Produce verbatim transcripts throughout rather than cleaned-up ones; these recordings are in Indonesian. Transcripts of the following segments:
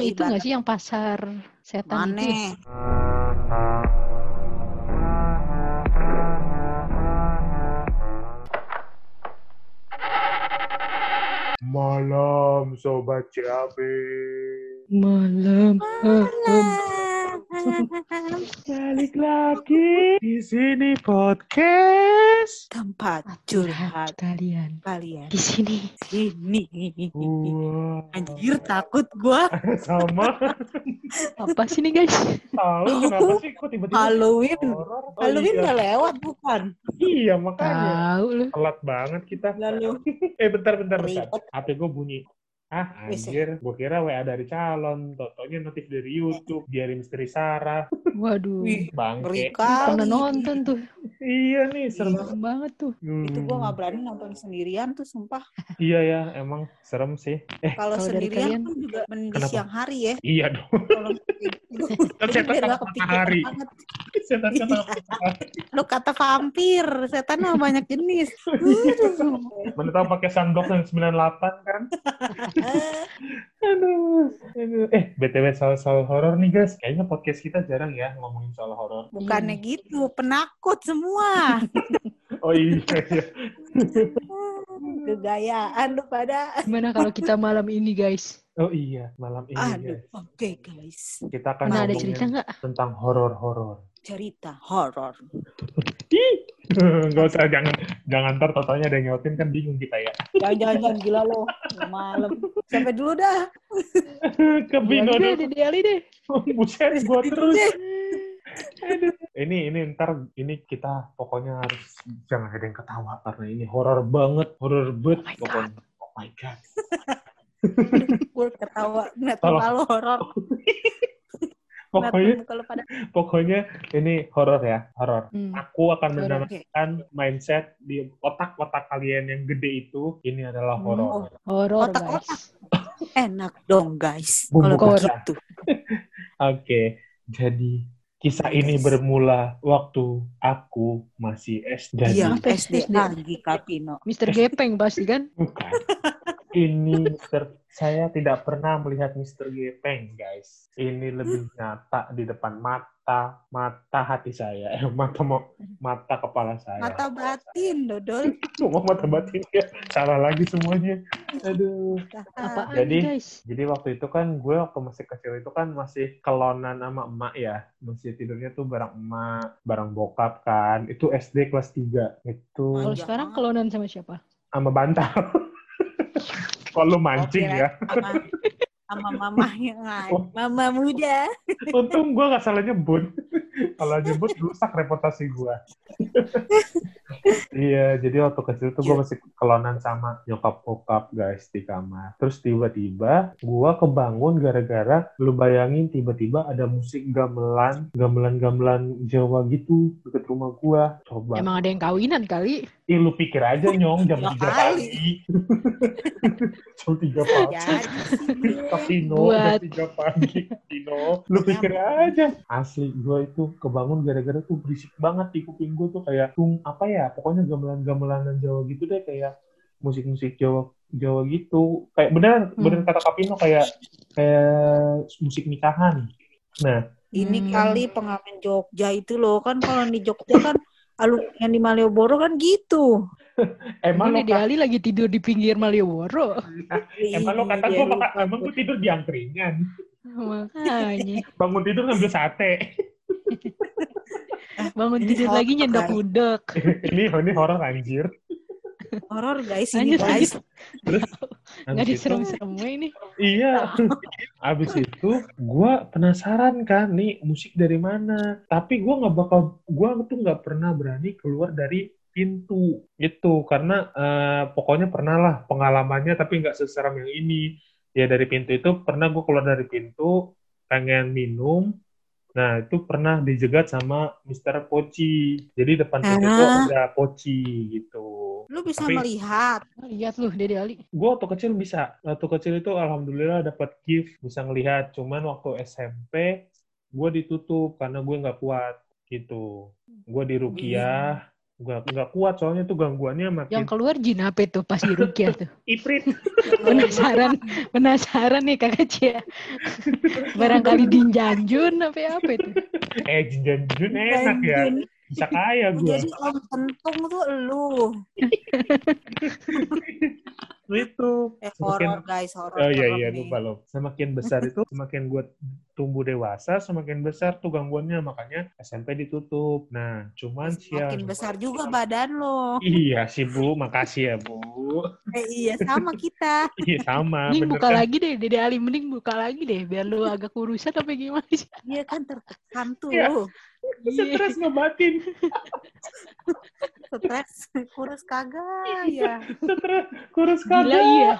Yang itu nggak ibarat sih yang pasar setan itu ya? maneh. Malam Sobat C A B. Malam. Malam. Balik lagi di sini podcast Tempat Curhat curhat kalian kalian di sini. sini. Wah, Anjir, takut gua. sama. Apa sih nih guys? Tahu kenapa sih kok tiba-tiba Halloween. horor? Oh, Halloween iya. udah lewat bukan? Iya makanya. Tahu lu. Telat banget kita. Lalu Eh bentar bentar bentar. ribet. H P gue bunyi. Ah Wis, anjir, gue kira W A dari calon, totonya notif dari YouTube, biarin misteri Sarah, Waduh. Wih, bangke. ngeri Pernah kali. nonton tuh. Iya nih, serem. Iya. Serem banget tuh. Itu gua nggak berani nonton sendirian tuh, sumpah. Iya ya, emang serem sih. Eh, Kalau Kalau dari sendirian kalian? kan juga mending di Kenapa? siang hari ya. iya dong. Kalau Kan jadi setan biar takut nggak kepikiran matahari. banget. Setan kan takut matahari. Lu kata vampir, setan mah banyak jenis. Mana tahu pakai sunblock yang sembilan puluh delapan kan? Aduh, aduh. Eh, B T W soal-soal horor nih guys. Kayaknya podcast kita jarang ya ngomongin soal horor. Bukannya Iya. gitu, penakut semua. Oh iya, iya. Kegayaan lu pada. Gimana kalau kita malam ini guys? Oh iya, malam ini Aduh, guys. oke guys. Kita akan Pernah ada ngomongin cerita nggak? tentang horor-horor. Cerita horor. Ih, nggak usah, jangan jangan ntar totalnya ada yang nyautin kan bingung kita ya. Jangan jangan jangan gila lo. Malam. Sampai dulu dah. Ke Bino Dede, dulu. Dede Ali deh. Buset, gua Itu terus. deh. Aduh. Ini ini ntar ini kita pokoknya harus jangan ada yang ketawa karena ini horor banget, horor banget Oh my pokoknya. Oh my god. Gue ketawa ngeliat Tolong. muka lo horor. Ngeliat Pokoknya muka lo pada. pokoknya ini horor ya, horor. Hmm. Aku akan Horor. menanamkan mindset di otak-otak kalian yang gede itu ini adalah Hmm. horor. Horor Otak-otak. guys. Enak dong guys. Bumbu Kalau kacang. begitu. Oke, jadi kisah ini Guys. bermula waktu aku masih S D. Iya, Apa S D S D? lagi Kapino. Mister Gepeng pasti kan? Bukan. Ini Mister saya tidak pernah melihat Mister Gepeng, guys. Ini lebih nyata di depan mata, mata hati saya. Eh, mata mata kepala saya. Mata batin, Dodol. Cuma mata batin ya. Salah lagi semuanya. Aduh. Apaan Jadi- nih guys? Jadi waktu itu kan gue waktu masih kecil itu kan masih kelonan sama emak ya. Masih tidurnya tuh bareng emak, bareng bokap kan. Itu S D kelas tiga. Itu Kalau Manja. sekarang kelonan sama siapa? sama bantal. Kalau mancing Oke, ya. Sama, sama mama yang lain. Oh. Mama muda. Untung gue gak salah nyebut. Kalau nyebut rusak reputasi gue. Iya, jadi waktu kecil tuh gue masih kelonan sama nyokap bokap guys di kamar. Terus tiba-tiba gue kebangun gara-gara lu bayangin tiba-tiba ada musik gamelan, gamelan-gamelan Jawa gitu deket rumah gue. Coba. Emang ada yang kawinan kali? Ih, lu pikir aja nyong jam Ya tiga kali. pagi. jam tiga pagi. Jadi sih. Kapino, Buat- jam tiga pagi. Kapino. Lu pikir aja. Asli, gue itu kebangun gara-gara tuh berisik banget di kuping gue tuh kayak, tung, apa ya, pokoknya gamelan-gamelanan Jawa gitu deh, kayak musik-musik Jawa Jawa gitu. Kayak bener, Hmm. bener kata Kapino, kayak kayak musik nikahan. Nah, Ini Hmm. kali pengamen Jogja itu loh. Kan kalau di Jogja kan alun yang di Malioboro kan gitu. emang Emang lo Dede Ali lagi tidur di pinggir Malioboro? emang lo kata Iya, gue, lupa emang gue. gue tidur di angkringan. Makanya. Bangun tidur ngambil sate. Bangun Ini tidur horor, lagi nyendok-nyendok. ini ini horor anjir. Horor guys ini Lanjut, guys. Terus Nggak habis itu, diserem-seremnya ini. iya. Abis itu gue penasaran kan nih musik dari mana. Tapi gue nggak bakal, gue tuh nggak pernah berani keluar dari pintu itu karena eh, pokoknya pernah lah pengalamannya tapi nggak seseram yang ini. Ya dari pintu itu pernah gue keluar dari pintu pengen minum. Nah, itu pernah dijegat sama Mister Poci. Jadi depan pintu itu Ah. ada Poci gitu. Lu bisa Tapi- melihat. Lihat lu Dede Ali. Gue waktu kecil bisa. Waktu kecil itu alhamdulillah dapat gift, bisa ngelihat. Cuman waktu S M P, gue ditutup karena gue nggak kuat gitu. Gue di Rukiah, nggak nggak kuat soalnya tuh gangguannya Yang makin keluar jin apa tuh pas di rukyah tuh? iprit. Penasaran, penasaran nih Kakak Cia. Barangkali dinjanjun apa apa itu? Eh jin-jin enak ya, Janjun. bisa kaya gue. Jadi om kentung tuh lu. Itu Eh semakin horor guys, horor oh iya serem iya nih. lupa loh. Semakin besar itu semakin gue tumbuh dewasa, semakin besar tuh gangguannya, makanya S M P ditutup. Nah, cuman Makin siang. besar juga badan lo. Iya sih Bu, makasih ya Bu. Eh iya sama kita. Iya sama, Mending bener buka kan? lagi deh, Dede Ali mending buka lagi deh biar lu agak kurusan apa gimana sih? Iya kan tertekan tuh. Iya. Iya. Stres ngebatin. Stres kurus kagak ya. Stres kurus Gila kagak. iya.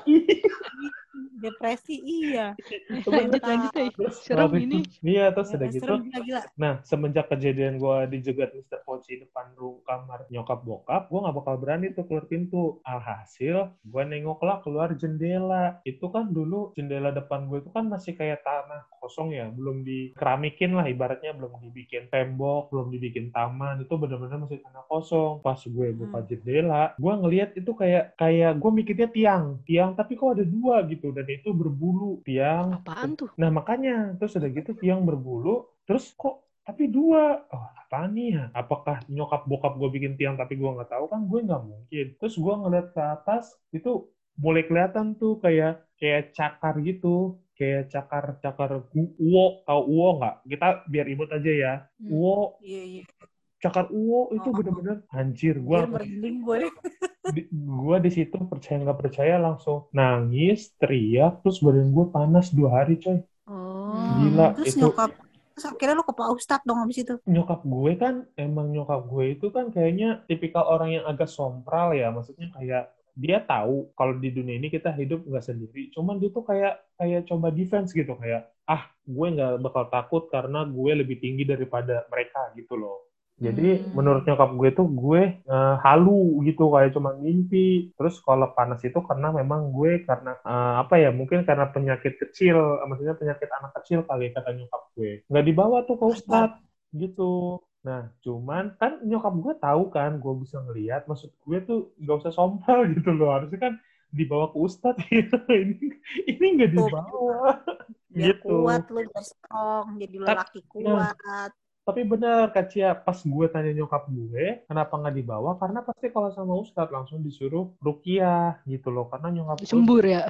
Depresi iya. Lanjut lanjut eh. Terus Serem waktu ini. itu, iya terus udah Eh, gitu. serem gila-gila. Nah, semenjak kejadian gue dijegat mister Poci depan ru- kamar nyokap bokap, gue nggak bakal berani tuh keluar pintu. Alhasil, gue nengoklah keluar jendela. Itu kan dulu jendela depan gue itu kan masih kayak tanah kosong ya, belum dikeramikin lah ibaratnya, belum dibikin tembok, belum dibikin taman. Itu benar-benar masih tanah kosong. Pas gue buka Hmm. jendela, gue ngelihat itu kayak kayak gue mikirnya tiang, tiang tapi kok ada dua gitu, dan itu berbulu tiang. Apaan tuh? Nah makanya terus udah gitu tiang berbulu, terus kok tapi dua, oh apa nih ya? Apakah nyokap bokap gue bikin tiang tapi gue nggak tahu, kan gue nggak mungkin. Terus gue ngeliat ke atas itu mulai kelihatan tuh kayak kayak cakar gitu, kayak cakar cakar uwo, tahu uwo nggak? Kita biar imut aja ya. Hmm. Uwo, Iya iya. cakar uwo itu Oh. bener-bener anjir. Gue Gue merinding gue. di, gua di situ percaya nggak percaya langsung nangis, teriak, terus badan gue panas dua hari coy. Oh. Gila, Terus itu nyokap. Terus akhirnya lo ke Pak Ustadz dong abis itu. nyokap gue kan emang nyokap gue itu kan kayaknya tipikal orang yang agak sompral ya, maksudnya kayak dia tahu kalau di dunia ini kita hidup nggak sendiri, cuman dia tuh kayak kayak coba defense gitu, kayak ah gue nggak bakal takut karena gue lebih tinggi daripada mereka gitu loh. Jadi Hmm. menurut nyokap gue tuh gue eh, halu gitu, kayak cuma mimpi. Terus kalau panas itu karena memang gue karena eh, apa ya, mungkin karena penyakit kecil, maksudnya penyakit anak kecil kali kata nyokap gue. Nggak dibawa tuh ke Ustadz gitu. Nah cuman kan nyokap gue tahu kan gue bisa ngelihat, maksud gue tuh nggak usah sompral gitu loh, harusnya kan dibawa ke Ustadz ya. ini ini nggak Tuh, dibawa biar gitu. kuat lo, biar strong, jadi lo Tap- laki kuat. Tapi benar Kak Cia, pas gue tanya nyokap gue, kenapa nggak dibawa? Karena pasti kalau sama Ustadz langsung disuruh ruqyah gitu loh. Karena nyokap gue Disembur ya.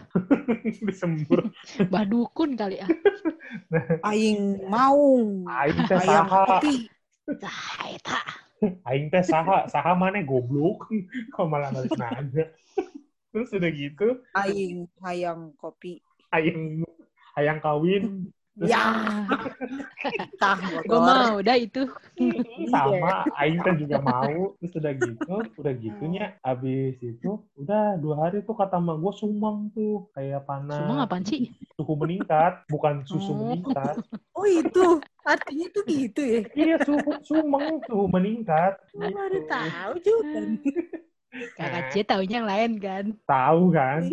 disembur. Bah dukun kali ah. Aing mau. Aing teh Ayam saha, kopi. Ah, eta. aing teh saha, saha mana goblok. Kok malah balik nanya. Terus udah gitu, Aing ayam kopi. ayang ayang kawin. Terus Ya, Ah, tah gue motor. mau dah itu. sama aing teh juga mau. Terus udah gitu udah gitunya abis itu udah dua hari tuh kata mak gue sumeng tuh kayak panas, Sumeng apaan sih? suhu meningkat, bukan susu Oh. meningkat. Oh itu, artinya tuh gitu ya. Iya, suhu sumeng, suhu meningkat. Gue baru Gitu. tahu juga. Kakak Cie taunya yang lain kan. Tahu kan?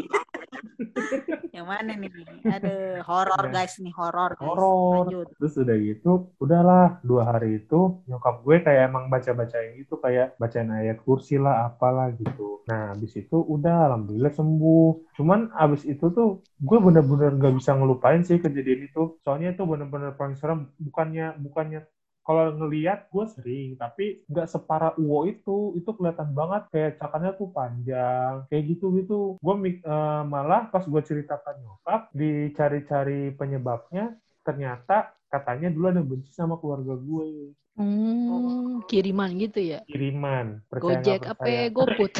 Yang mana nih? Aduh, horor Nah. guys nih, horor. guys. Horor. Lanjut. Terus udah gitu, udahlah dua hari itu nyokap gue kayak emang baca-bacain gitu, kayak bacain ayat kursi lah, apalah gitu. Nah, abis itu udah alhamdulillah sembuh. Cuman abis itu tuh gue bener-bener gak bisa ngelupain sih kejadian itu. Soalnya itu bener-bener paling serem. Bukannya bukannya kalau ngelihat gue sering, tapi nggak separah Uwo itu. Itu kelihatan banget kayak cakarnya tuh panjang, kayak gitu-gitu. Gue mik- eh, malah pas gue ceritakan nyokap, dicari-cari penyebabnya, ternyata katanya dulu ada benci sama keluarga gue. Hmm, kiriman gitu ya. Kiriman, percaya Gojek nggak apa percaya? GoFood.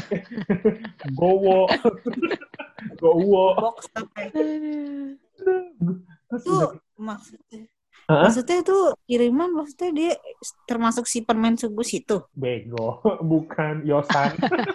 Gowo. Gowo. Box apa? Aduh. Terus Itu udah maksudnya, Hah? maksudnya itu kiriman, maksudnya dia termasuk si permen subus itu. bego, bukan Yosan.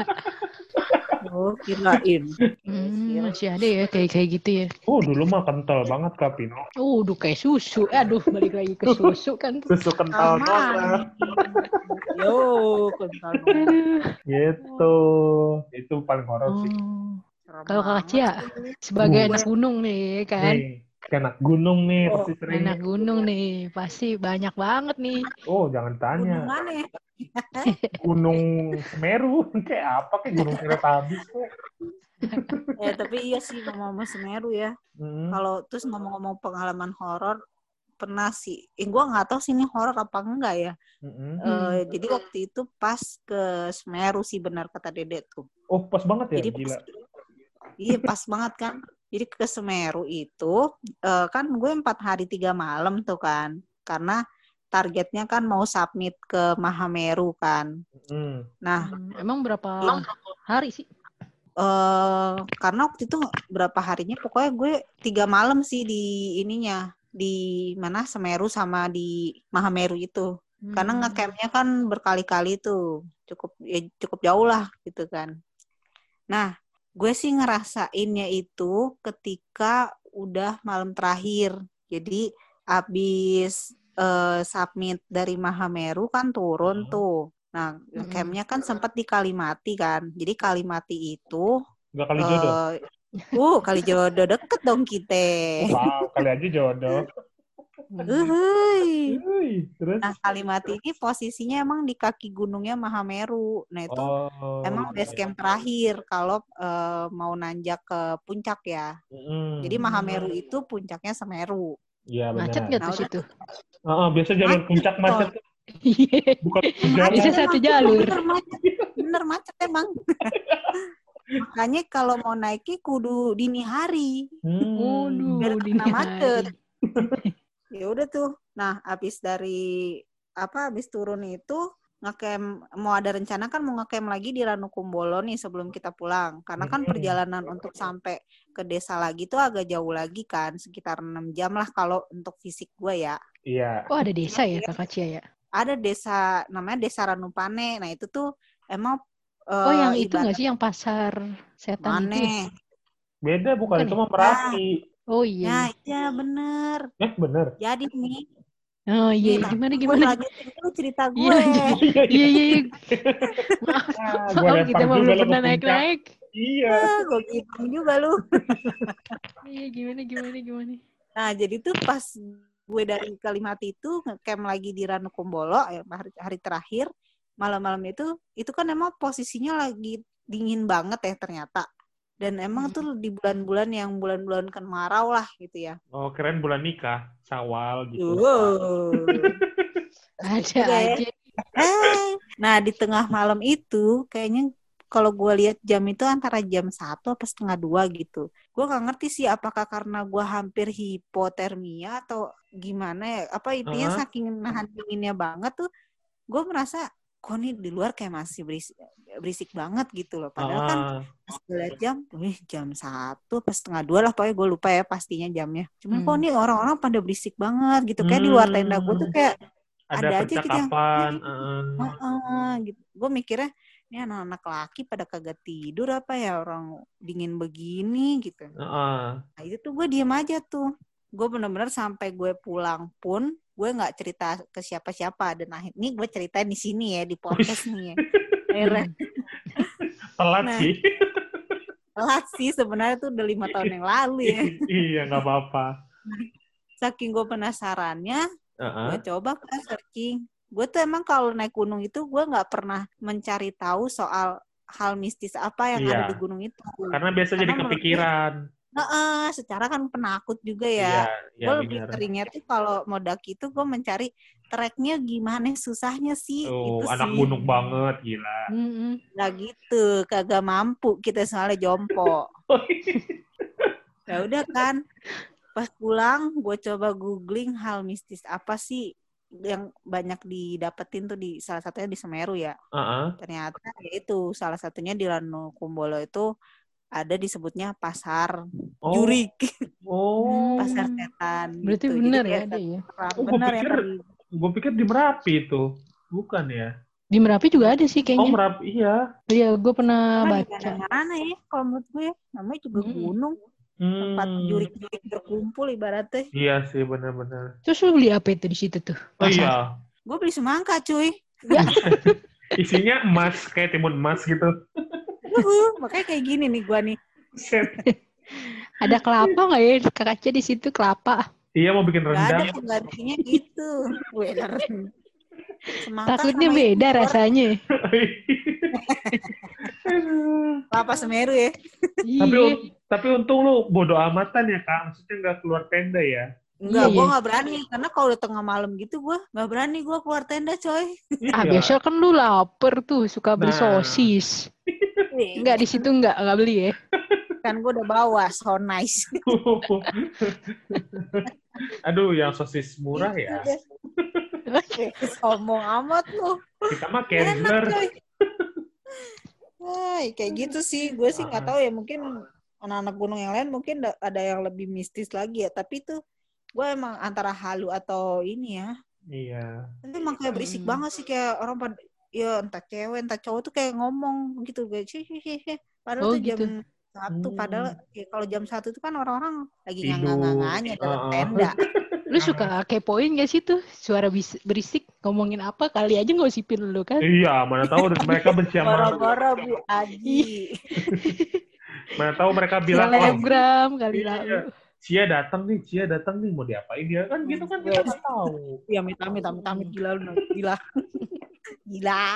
Oh, kirain. Hmm, masih ada ya kayak kayak gitu ya. Oh, dulu mah kental banget Kak Pino. Uh, udah kayak susu. Aduh, balik lagi ke susu kan. Susu kental Aman. banget. Yo, kental banget. Aduh. Gitu. Itu paling horor sih. Oh. Serem Kalau Kakak banget Cia sih. sebagai Uh. anak gunung nih kan. Nih, anak gunung nih Oh, pasti sering. Anak gunung nih pasti banyak banget nih. Oh, jangan tanya. Gunung mana? Gunung Semeru kayak apa kayak Gunung Teletabis kok. Ya tapi iya sih ngomong-ngomong Semeru ya. Hmm. Kalau terus ngomong-ngomong pengalaman horor, pernah sih. Eh, gue nggak tahu sih ini horor apa enggak ya. Mm-mm. Eh, jadi waktu itu pas ke Semeru sih benar kata Dede tuh. Oh pas banget ya, Jadi gila. pas, iya pas banget kan. Jadi ke Semeru itu eh, kan gue empat hari tiga malam tuh kan. Karena targetnya kan mau submit ke Mahameru kan. Mm. Nah, Hmm, emang berapa hari sih? eh karena waktu itu berapa harinya pokoknya gue tiga malam sih di ininya di mana Semeru sama di Mahameru itu. Karena Hmm. ngecampnya kan berkali-kali tuh cukup ya, cukup jauh lah gitu kan. Nah, gue sih ngerasainnya itu ketika udah malam terakhir. Jadi abis eh, submit dari Mahameru kan turun Hmm. tuh. Nah, Mm-mm. campnya kan sempat di Kalimati kan. Jadi Kalimati itu Nggak kali jodoh. eh uh kali jodoh deket dong kita. Wow, kali aja jodoh. Uhuy. Uy, terus? Nah, Kalimati ini posisinya emang di kaki gunungnya Mahameru. Nah, itu Oh, emang base camp terakhir kalau eh, mau nanjak ke puncak ya. mm. Jadi Mahameru itu puncaknya Semeru. Iya benar. Macet nggak Nah, tuh udah situ? Oh, biasa jalur Macet, puncak macet tuh. Bukan macet Bisa jalan. satu emang. jalur. Bener macet, bener macet emang. Makanya kalau mau naiknya kudu dini hari Hmm. biar Waduh, dini kena macet. hari. Ya udah tuh. Nah, habis dari apa habis turun itu ngecamp mau ada rencana kan mau ngecamp lagi di Ranukumbolo nih sebelum kita pulang. Karena kan Hmm. perjalanan untuk sampai ke desa lagi tuh agak jauh lagi kan, sekitar enam jam lah kalau untuk fisik gue ya. Iya. Oh, ada desa ya Kakak Cia ya? Ada desa namanya Desa Ranupane. Nah, itu tuh emang Oh, eh, yang itu ibarat nggak sih yang pasar setan itu ya? Mane. Beda bukan, Bukan itu ya? mah Merapi. Oh iya. Ya, iya. iya bener. Eh, bener. Jadi nih, Oh iya, nih iya. tapi Gimana gue gimana? lanjutin dulu cerita Iya gue. lanjut. Iya, Iya iya. iya. Maaf, Ah, gue maaf lempar kita mah juga belum lo ke pernah puncak. naik-naik. Iya. Ah, gue gitu juga lu. Iya gimana gimana gimana. Nah, jadi tuh pas gue dari Kalimati itu ngecamp lagi di Ranukumbolo ya, hari, hari terakhir malam-malam itu itu kan emang posisinya lagi dingin banget ya ternyata. Dan emang Hmm. tuh di bulan-bulan yang bulan-bulan kemarau lah gitu ya. Oh, keren bulan nikah, Syawal gitu. Wow. Ada Udah ya. aja. Eh, nah di tengah malam itu kayaknya kalau gue lihat jam itu antara jam satu apa setengah dua gitu. Gue nggak ngerti sih apakah karena gue hampir hipotermia atau gimana ya. Apa intinya Uh-huh. saking nahan dinginnya banget tuh, gue merasa kok nih di luar kayak masih berisik, berisik banget gitu loh. Padahal kan Uh-huh. pas gue lihat jam, wih jam satu pas setengah dua lah pokoknya gue lupa ya pastinya jamnya. Cuman kok Hmm. nih orang-orang pada berisik banget gitu. Kayak di luar tenda gue tuh kayak Ada ada aja gitu yang percakapan. Uh-uh. Heeh, gitu. Gue mikirnya ini anak-anak laki pada kagak tidur apa ya orang dingin begini gitu. Uh-uh. Nah itu tuh gue diem aja tuh. Gue benar-benar sampai gue pulang pun gue nggak cerita ke siapa-siapa dan akhirnya ini gue ceritain di sini ya di podcast nih ya. Akhirnya Telat Nah. sih. telat sih sebenarnya tuh udah lima tahun yang lalu ya. Iya, nggak apa-apa. Saking gue penasarannya, Uh-uh. gue coba kan searching. Gue tuh emang kalau naik gunung itu gue nggak pernah mencari tahu soal hal mistis apa yang Iya. ada di gunung itu. Karena biasa jadi menurut gue, kepikiran. Nah, secara kan penakut juga Iya, ya. iya Gue lebih benar. seringnya tuh kalau mau daki itu gue mencari treknya gimana susahnya sih. Oh, Itu anak sih. gunung banget, gila. Mm-mm. Nah gitu, kagak mampu kita soalnya jompo. Ya udah kan, pas pulang gue coba googling hal mistis apa sih yang banyak didapetin tuh di salah satunya di Semeru ya. Uh-uh. Ternyata ya itu salah satunya di Ranukumbolo itu ada disebutnya pasar Oh. jurik, Oh. pasar setan. Berarti gitu. benar Jadi ya kayak dia ya. terang. Oh, gue Benar ya pikir, tadi. gue pikir di Merapi itu, bukan ya? Di Merapi juga ada sih Oh, kayaknya. Merapi, iya. Iya, gue pernah Karena di baca. mana ya kalau menurut gue namanya juga Mm-mm. gunung, tempat Hmm. jurik-jurik berkumpul ibaratnya. Iya sih, benar-benar. Terus lu beli apa itu di situ tuh? Oh Pasar. iya, Gue beli semangka cuy. isinya emas, kayak timun emas gitu. Uhuh, makanya kayak gini nih gue nih. Set. Ada kelapa nggak ya Kakak Cia di situ kelapa? Iya, mau bikin Gak ada rendang. penggantinya gitu. Bener. Semangka Takutnya sama beda itu, rasanya. kelapa Semeru ya. Tapi Iya. tapi untung lu bodo amatan ya Kak, maksudnya nggak keluar tenda ya. Enggak, Iya, gue iya. nggak berani karena kalau udah tengah malam gitu gue nggak berani gue keluar tenda coy. Ah, Iya. biasa kan lu lapar tuh, suka beli Nah. sosis. Enggak, di situ enggak, enggak beli ya. Kan gue udah bawa, so nice. Aduh, yang sosis murah ya. Sombong amat lu. Kita mah Enak Kenzler. coy. Wah, kayak gitu sih. Gue sih nggak tahu ya, mungkin anak-anak gunung yang lain mungkin ada yang lebih mistis lagi ya. Tapi itu gue emang antara halu atau ini ya. Iya. Tapi emang kayak berisik Hmm. banget sih, kayak orang pada ya entah cewek entah cowok tuh kayak ngomong gitu guys. Padahal Oh, tuh jam gitu. satu, Hmm. padahal ya, kalau jam satu itu kan orang-orang lagi Tidur. nganga-nganganya dalam Uh-uh. tenda. Lu suka kepoin gak sih tuh suara bis- berisik ngomongin apa? Kali aja ngosipin lu kan. Iya, mana tahu mereka benci sama. Gara-gara Bu Aji. Mana tahu mereka bilang, oh, Selebgram kali iya, lalu. Cia datang nih, Cia datang nih, mau diapain dia kan gitu kan kita nggak tahu. Ya amit-amit, amit-amit gila lu, gila. Gila.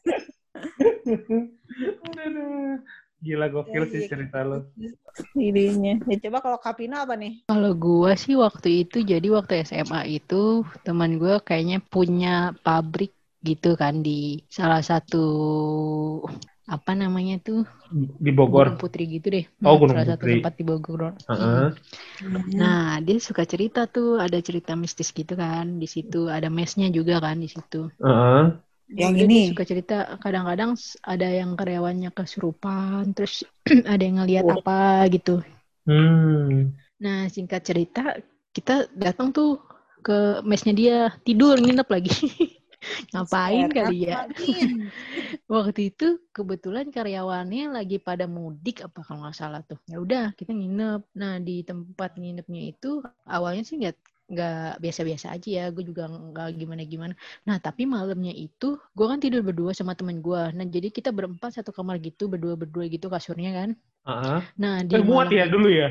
Gila gokil sih cerita lo. Ininya. Ya coba kalau Kapina apa nih? Kalau gua sih waktu itu, jadi waktu S M A itu teman gua kayaknya punya pabrik gitu kan di salah satu apa namanya tuh Di Bogor. Gunung Putri gitu deh. Oh, Gunung salah satu Putri. tempat di Bogor. Uh-uh. Nah, dia suka cerita tuh, ada cerita mistis gitu kan di situ, ada mesnya juga kan di situ. Uh-uh. Yang Udah ini. dia suka cerita kadang-kadang s- ada yang karyawannya kesurupan, terus ada yang ngelihat Oh. apa gitu. Hmm. Nah, singkat cerita, kita datang tuh ke mesnya dia, tidur nginep lagi. Ngapain kali ya? Ngapain? Waktu itu kebetulan karyawannya lagi pada mudik apa kalau nggak salah tuh. Ya udah kita nginep. Nah di tempat nginepnya itu awalnya sih nggak nggak biasa-biasa aja ya. Gue juga nggak gimana-gimana. Nah tapi malamnya itu gue kan tidur berdua sama temen gue. Nah jadi kita berempat satu kamar gitu, berdua-berdua gitu kasurnya kan. Uh-uh. Nah di Eh, muat malam ya itu- dulu ya?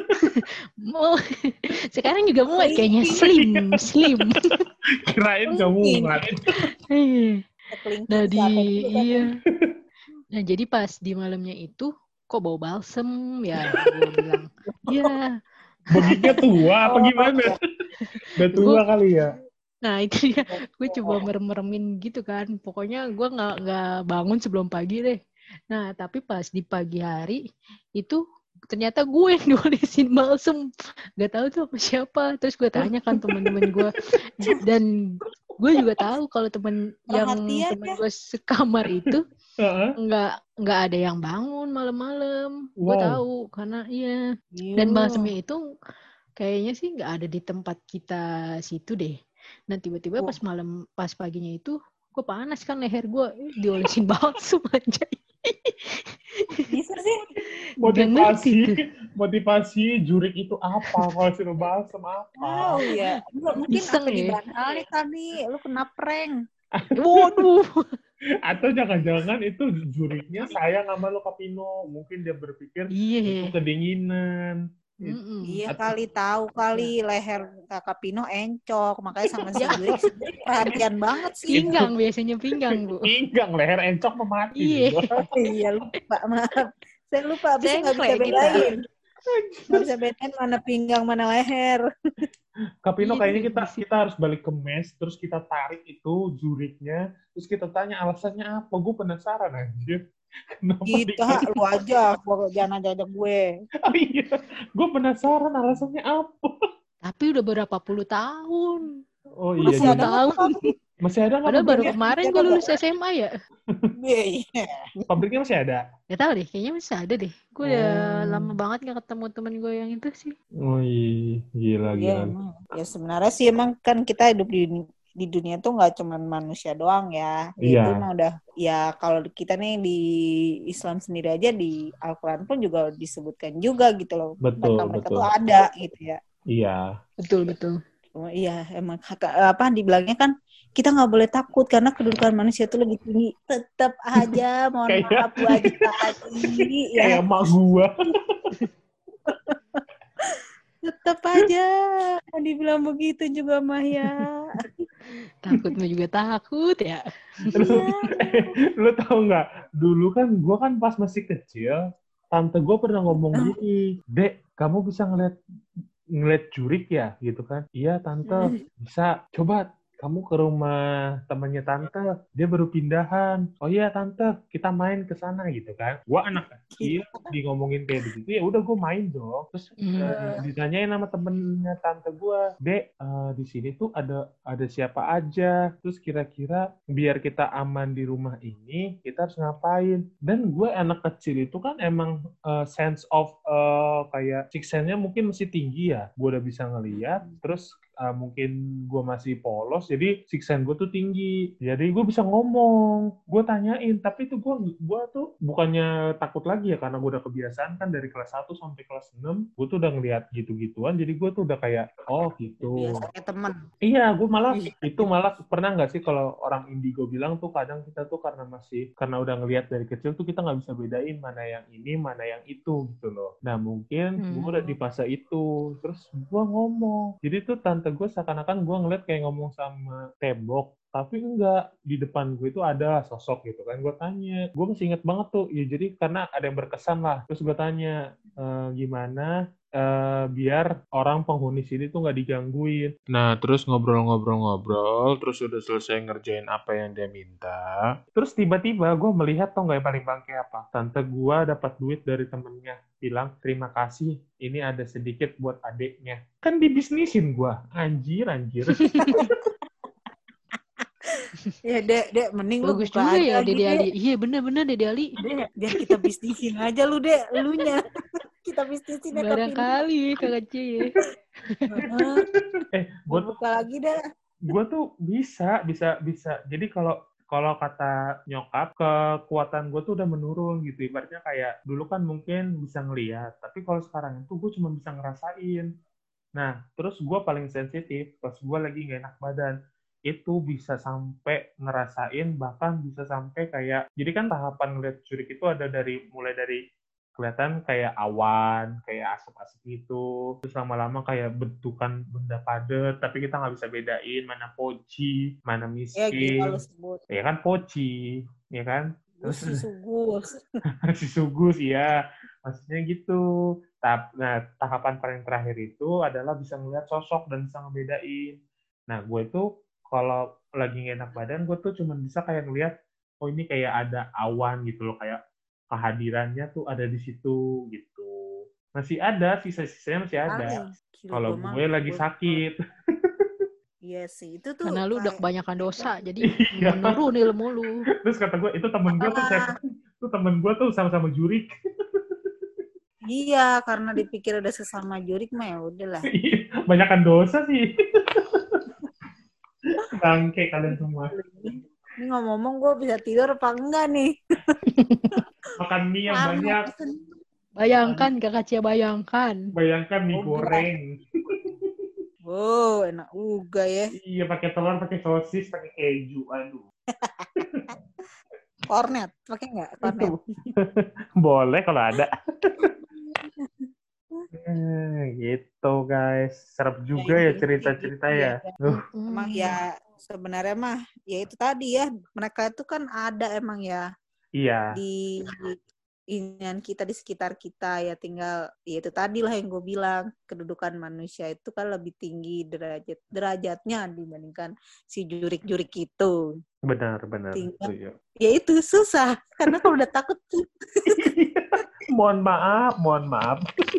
Mau sekarang juga muat kayaknya, slim, slim. Kirain gak muat. Iya. Kelingking Nah di siapa juga kan? iya. Nah jadi pas di malamnya itu kok bau balsem ya, gue bilang. Iya. Begitu tua apa Oh, gimana? Udah tua kali ya? Nah itu dia. Gue coba merem-meremin gitu kan. Pokoknya gue nggak nggak bangun sebelum pagi deh. Nah tapi pas di pagi hari itu ternyata gue yang nulisin balsem. Gak tahu tuh apa siapa. Terus gue tanya kan teman-teman gue. Dan gue juga tahu kalau temen yang Perhatian temen ya. gue sekamar itu Uh-uh. nggak nggak ada yang bangun malam-malam. Gue Wow. tahu karena iya. Dan balsemnya itu kayaknya sih nggak ada di tempat kita situ deh. Nah tiba-tiba Oh. pas malam pas paginya itu gue panas kan leher gue diolesin balsem aja. Bisa sih. Nggak ngerti Motivasi, tuh. motivasi jurik itu apa? Kalau suruh balsem apa? Oh iya. Enggak, mungkin Iseng apa di ya? Bali kali. Lu kena prank. Waduh. Atau jangan-jangan itu juriknya sayang sama lo Kapino. Mungkin dia berpikir Iya. itu kedinginan. Mm-mm. Iya Atau- kali, tahu kali leher Kakak Pino encok, makanya sama si Jurik perhatian banget sih. Pinggang biasanya pinggang bu. Pinggang, leher encok memati. Iya. Oh, iya lupa, maaf. Saya lupa, bisa nggak bisa Sengklek kita. bedain. Nggak bisa bedain mana pinggang mana leher. Kapino Iya, kayaknya iya, kita bisa. kita harus balik ke mes, terus kita tarik itu juriknya, terus kita tanya alasannya apa. Gue penasaran anjir. Kenapa Kita, dikasih? lu aja, gua jangan ajak gue. Oh iya, gue penasaran alasannya apa. Tapi udah berapa puluh tahun. Oh iya, Masih jadi- ada nggak tahun. masih ada nggak Padahal baru pabriknya? kemarin Masih gue ada lulus S M A ya. Iya. Pabriknya masih ada? Gak tau deh, kayaknya masih ada deh. Gue udah Oh. lama banget gak ketemu temen gue yang itu sih. Oh iya, gila Iya, gila. emang. Ya sebenarnya sih emang kan kita hidup di di dunia tuh nggak cuma manusia doang ya. Ya Iya. Itu emang udah ya kalau kita nih di Islam sendiri aja di Al-Qur'an pun juga disebutkan juga gitu loh. Betul, Mereka-mereka betul. tuh ada gitu ya. Iya. Betul, betul. Oh, iya emang hak- apa dibilangnya kan kita nggak boleh takut karena kedudukan manusia itu lebih tinggi. Tetap aja, mohon Kayak- maaf Bu Haji tadi ya. Kayak emak gua. Tetap aja mau dibilang begitu juga mah ya. Takutnya juga takut ya. Lu, lu tahu nggak? Dulu kan gue kan pas masih kecil, tante gue pernah ngomong gini, Dek, kamu bisa ngeliat ngeliat jurik ya, gitu kan? Iya tante, bisa. Coba kamu ke rumah temannya tante, dia baru pindahan. Oh iya tante, kita main ke sana gitu kan? Gua anak kecil, di ngomongin kayak begitu ya udah gue main dong. Terus Hmm. uh, ditanyain sama temennya tante gue, Dek, uh, di sini tuh ada ada siapa aja? Terus kira-kira biar kita aman di rumah ini, kita harus ngapain? Dan gue anak kecil itu kan emang uh, sense of uh, kayak six sense-nya mungkin masih tinggi ya. Gue udah bisa ngeliat, terus uh, mungkin gue masih polos, jadi six sense gue tuh tinggi. Jadi gue bisa ngomong, gue tanyain, tapi itu gue gue tuh bukannya takut lagi ya, karena gue udah kebiasaan kan dari kelas satu sampai kelas enam, gue tuh udah ngeliat gitu-gituan, jadi gue tuh udah kayak, oh gitu. Biasanya temen. Iya, gue malah, itu malah pernah nggak sih kalau orang indigo bilang tuh kadang kita tuh karena masih, karena udah ngeliat dari kecil tuh kita nggak bisa bedain mana yang ini, mana yang itu gitu loh. Nah mungkin Hmm. gue udah di fase itu, terus gue ngomong. Jadi tuh tante gue seakan-akan gue ngeliat kayak ngomong sama tembok, tapi enggak, di depan gue itu ada sosok gitu kan. Gue tanya, gue masih inget banget tuh, ya jadi karena ada yang berkesan lah. Terus gue tanya, e, gimana Uh, biar orang penghuni sini tuh nggak digangguin. Nah, terus ngobrol-ngobrol-ngobrol, terus udah selesai ngerjain apa yang dia minta. Terus tiba-tiba gue melihat, tau nggak yang paling bangke apa? Tante gue dapat duit dari temennya, bilang terima kasih, ini ada sedikit buat adeknya. Kan dibisnisin gue, anjir, anjir. Ya dek, dek, mending Bagus lu buka juga aja ya lagi, Dede dek. Ali. Iya bener-bener Dede Ali. Dek, biar kita bisnisin aja lu, dek, elunya. Kita bisnisin ya Barangkali Kak Cie. eh, gue tuh buka lagi deh. Gue tuh bisa, bisa, bisa. Jadi kalau kalau kata nyokap, kekuatan gue tuh udah menurun gitu. Ibaratnya kayak dulu kan mungkin bisa ngeliat, tapi kalau sekarang itu gue cuma bisa ngerasain. Nah, terus gue paling sensitif pas gue lagi nggak enak badan. Itu bisa sampai ngerasain, bahkan bisa sampai kayak, jadi kan tahapan ngeliat jurik itu ada dari, mulai dari kelihatan kayak awan, kayak asap-asap gitu. Terus lama-lama kayak bentukan benda padat, tapi kita nggak bisa bedain mana poci, mana Ya gila miskin. lu sebut. Ya kan poci, ya kan? Terus Si Sugus. si Sugus, ya. Maksudnya gitu. Nah, tahapan paling terakhir itu adalah bisa ngeliat sosok dan bisa ngebedain. Nah, gue itu kalau lagi nggak enak badan, gue tuh cuma bisa kayak ngeliat, oh ini kayak ada awan gitu loh, kayak kehadirannya tuh ada di situ gitu. Masih ada, sisa-sisanya masih ada. Kalau gue lagi sakit. Iya sih, itu tuh karena lu udah kayak... kebanyakan dosa, jadi Iya. menurun ilmu lu. Terus kata gue, itu temen gue tuh, saya, itu temen gue tuh sama-sama jurik. Iya, karena dipikir udah sesama jurik mah ya udahlah. Banyakan dosa sih. Bangke kalian semua. Ini ngomong-ngomong gue bisa tidur apa enggak nih? Makan mie yang banyak. Bayangkan Kakak Cia, bayangkan. Bayangkan mie goreng. Wow, enak juga ya. Iya, pakai telur, pakai sosis, pakai keju. Aduh. Kornet, pakai nggak kornet? Boleh kalau ada. Eh, gitu guys. Serap juga ya, ya cerita-cerita ya. ya. Uh. Emang ya sebenarnya mah ya itu tadi ya, mereka itu kan ada emang ya. Iya. Di ingin kita di sekitar kita ya, tinggal ya itu tadi lah yang gue bilang, kedudukan manusia itu kan lebih tinggi derajat derajatnya dibandingkan si jurik-jurik itu. Benar, benar. Tinggal, ya itu susah karena kalau udah takut tuh. mohon maaf, mohon maaf.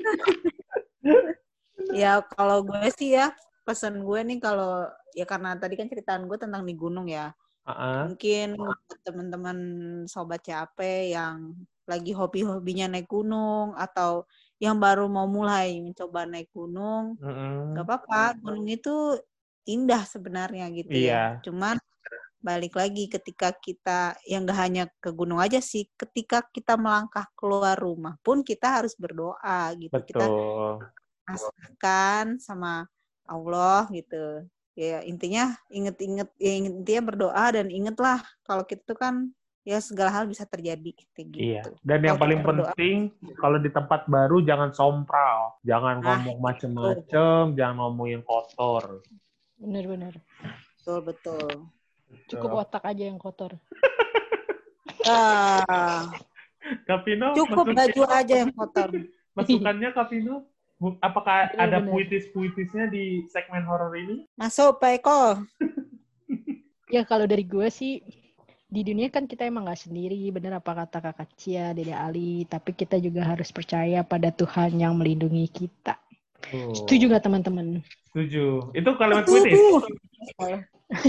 Ya kalau gue sih ya, pesan gue nih kalau ya karena tadi kan ceritaan gue tentang di gunung ya. Uh-uh. Mungkin teman-teman sobat C A P yang lagi hobi-hobinya naik gunung atau yang baru mau mulai mencoba naik gunung, uh-uh. gak apa-apa. Gunung itu indah sebenarnya gitu iya. ya. Cuman balik lagi ketika kita, yang gak hanya ke gunung aja sih, ketika kita melangkah keluar rumah pun kita harus berdoa gitu. Betul. Kita rasakan sama Allah gitu. Ya intinya inget-inget, ya intinya berdoa dan ingetlah kalau kita tuh kan ya segala hal bisa terjadi gitu. Iya. Dan yang kalo paling penting kalau di tempat baru jangan sompral, jangan nah, ngomong macem-macem, jangan ngomongin kotor. Benar-benar. Betul, betul. Cukup otak aja yang kotor. Ah, Kapino, cukup masuk- baju aja yang kotor. masukannya Kapino? Bu- Apakah Benar, ada benar. puitis-puitisnya di segmen horor ini? Masuk, Pak Eko. Ya kalau dari gue sih, di dunia kan kita emang gak sendiri, bener apa kata Kakak Cia, Dede Ali, tapi kita juga harus percaya pada Tuhan yang melindungi kita. Oh, Setuju gak teman-teman? setuju. Itu kalimat puitis? Tubuh.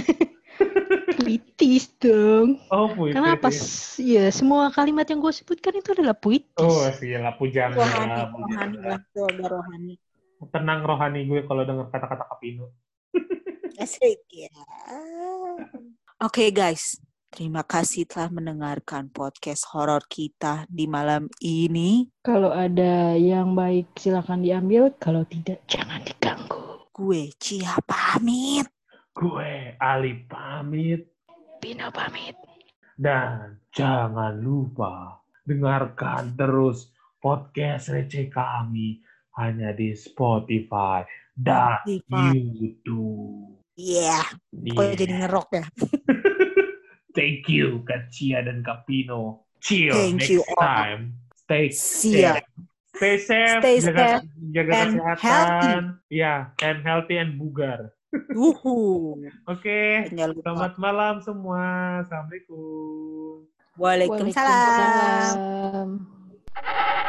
Puitis dong. Oh, puitis. Karena apa? s- Ya, semua kalimat yang gue sebutkan itu adalah puitis. Oh, sila pujangga. Rohani, rohani pujangga. lah, tuh agak rohani. Tenang rohani gue kalau dengar kata-kata Kapino. Asik ya. Oke guys, terima kasih telah mendengarkan podcast horor kita di malam ini. Kalau ada yang baik silakan diambil, kalau tidak jangan diganggu. Gue Cia pamit. Gue Ali pamit. Pino pamit. Dan jangan lupa dengarkan terus podcast receh kami hanya di Spotify dan Spotify. YouTube. Iya, kok Yeah. jadi ngerok ya. Thank you, Kak Cia dan Kak Pino. Chill Thank next you all. time. Stay Siap. safe. Stay safe, Stay jaga, safe jaga and kesehatan. Ya, and healthy and bugar. Wuhu. Oke, Jangan lupa. selamat malam semua. Assalamualaikum. Waalaikumsalam. Waalaikumsalam.